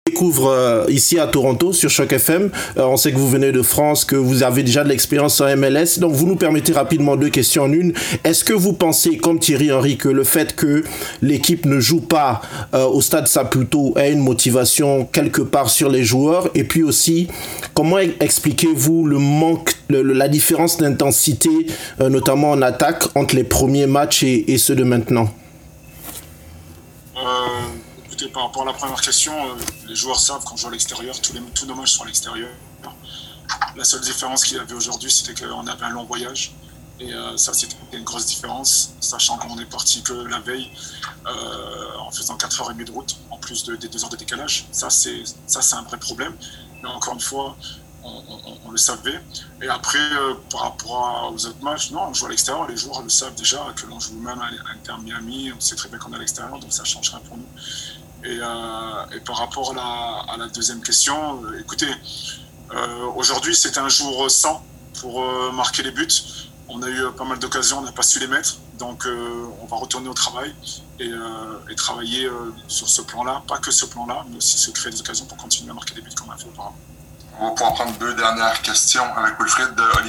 Découvre ici à Toronto sur Choc FM. On sait que vous venez de France, que vous avez déjà de l'expérience en MLS. Donc vous nous permettez rapidement 2 questions en une. Est-ce que vous pensez, comme Thierry Henry, que le fait que l'équipe ne joue pas au Stade Saputo a une motivation quelque part sur les joueurs? Et puis aussi, comment expliquez-vous le manque, la différence d'intensité, notamment en attaque, entre les premiers matchs et ceux de maintenant? Écoutez, par rapport à la première question, les joueurs savent qu'on joue à l'extérieur, tous nos matchs sont à l'extérieur. La seule différence qu'il y avait aujourd'hui, c'était qu'on avait un long voyage. Et ça, c'était une grosse différence, sachant qu'on est parti que la veille en faisant 4h30 de route, en plus des 2 heures de décalage. Ça, c'est un vrai problème. Mais encore une fois, on le savait. Et après, par rapport aux autres matchs, non, on joue à l'extérieur. Les joueurs le savent déjà, que l'on joue même à l'Inter Miami. On sait très bien qu'on est à l'extérieur, donc ça ne change rien pour nous. Et par rapport à la deuxième question, écoutez, aujourd'hui, c'est un jour sans pour marquer les buts. On a eu pas mal d'occasions, on n'a pas su les mettre. Donc, on va retourner au travail et travailler sur ce plan-là. Pas que ce plan-là, mais aussi se créer des occasions pour continuer à marquer des buts comme on a fait auparavant. On va pouvoir prendre 2 dernières questions avec Wilfried de Olivier.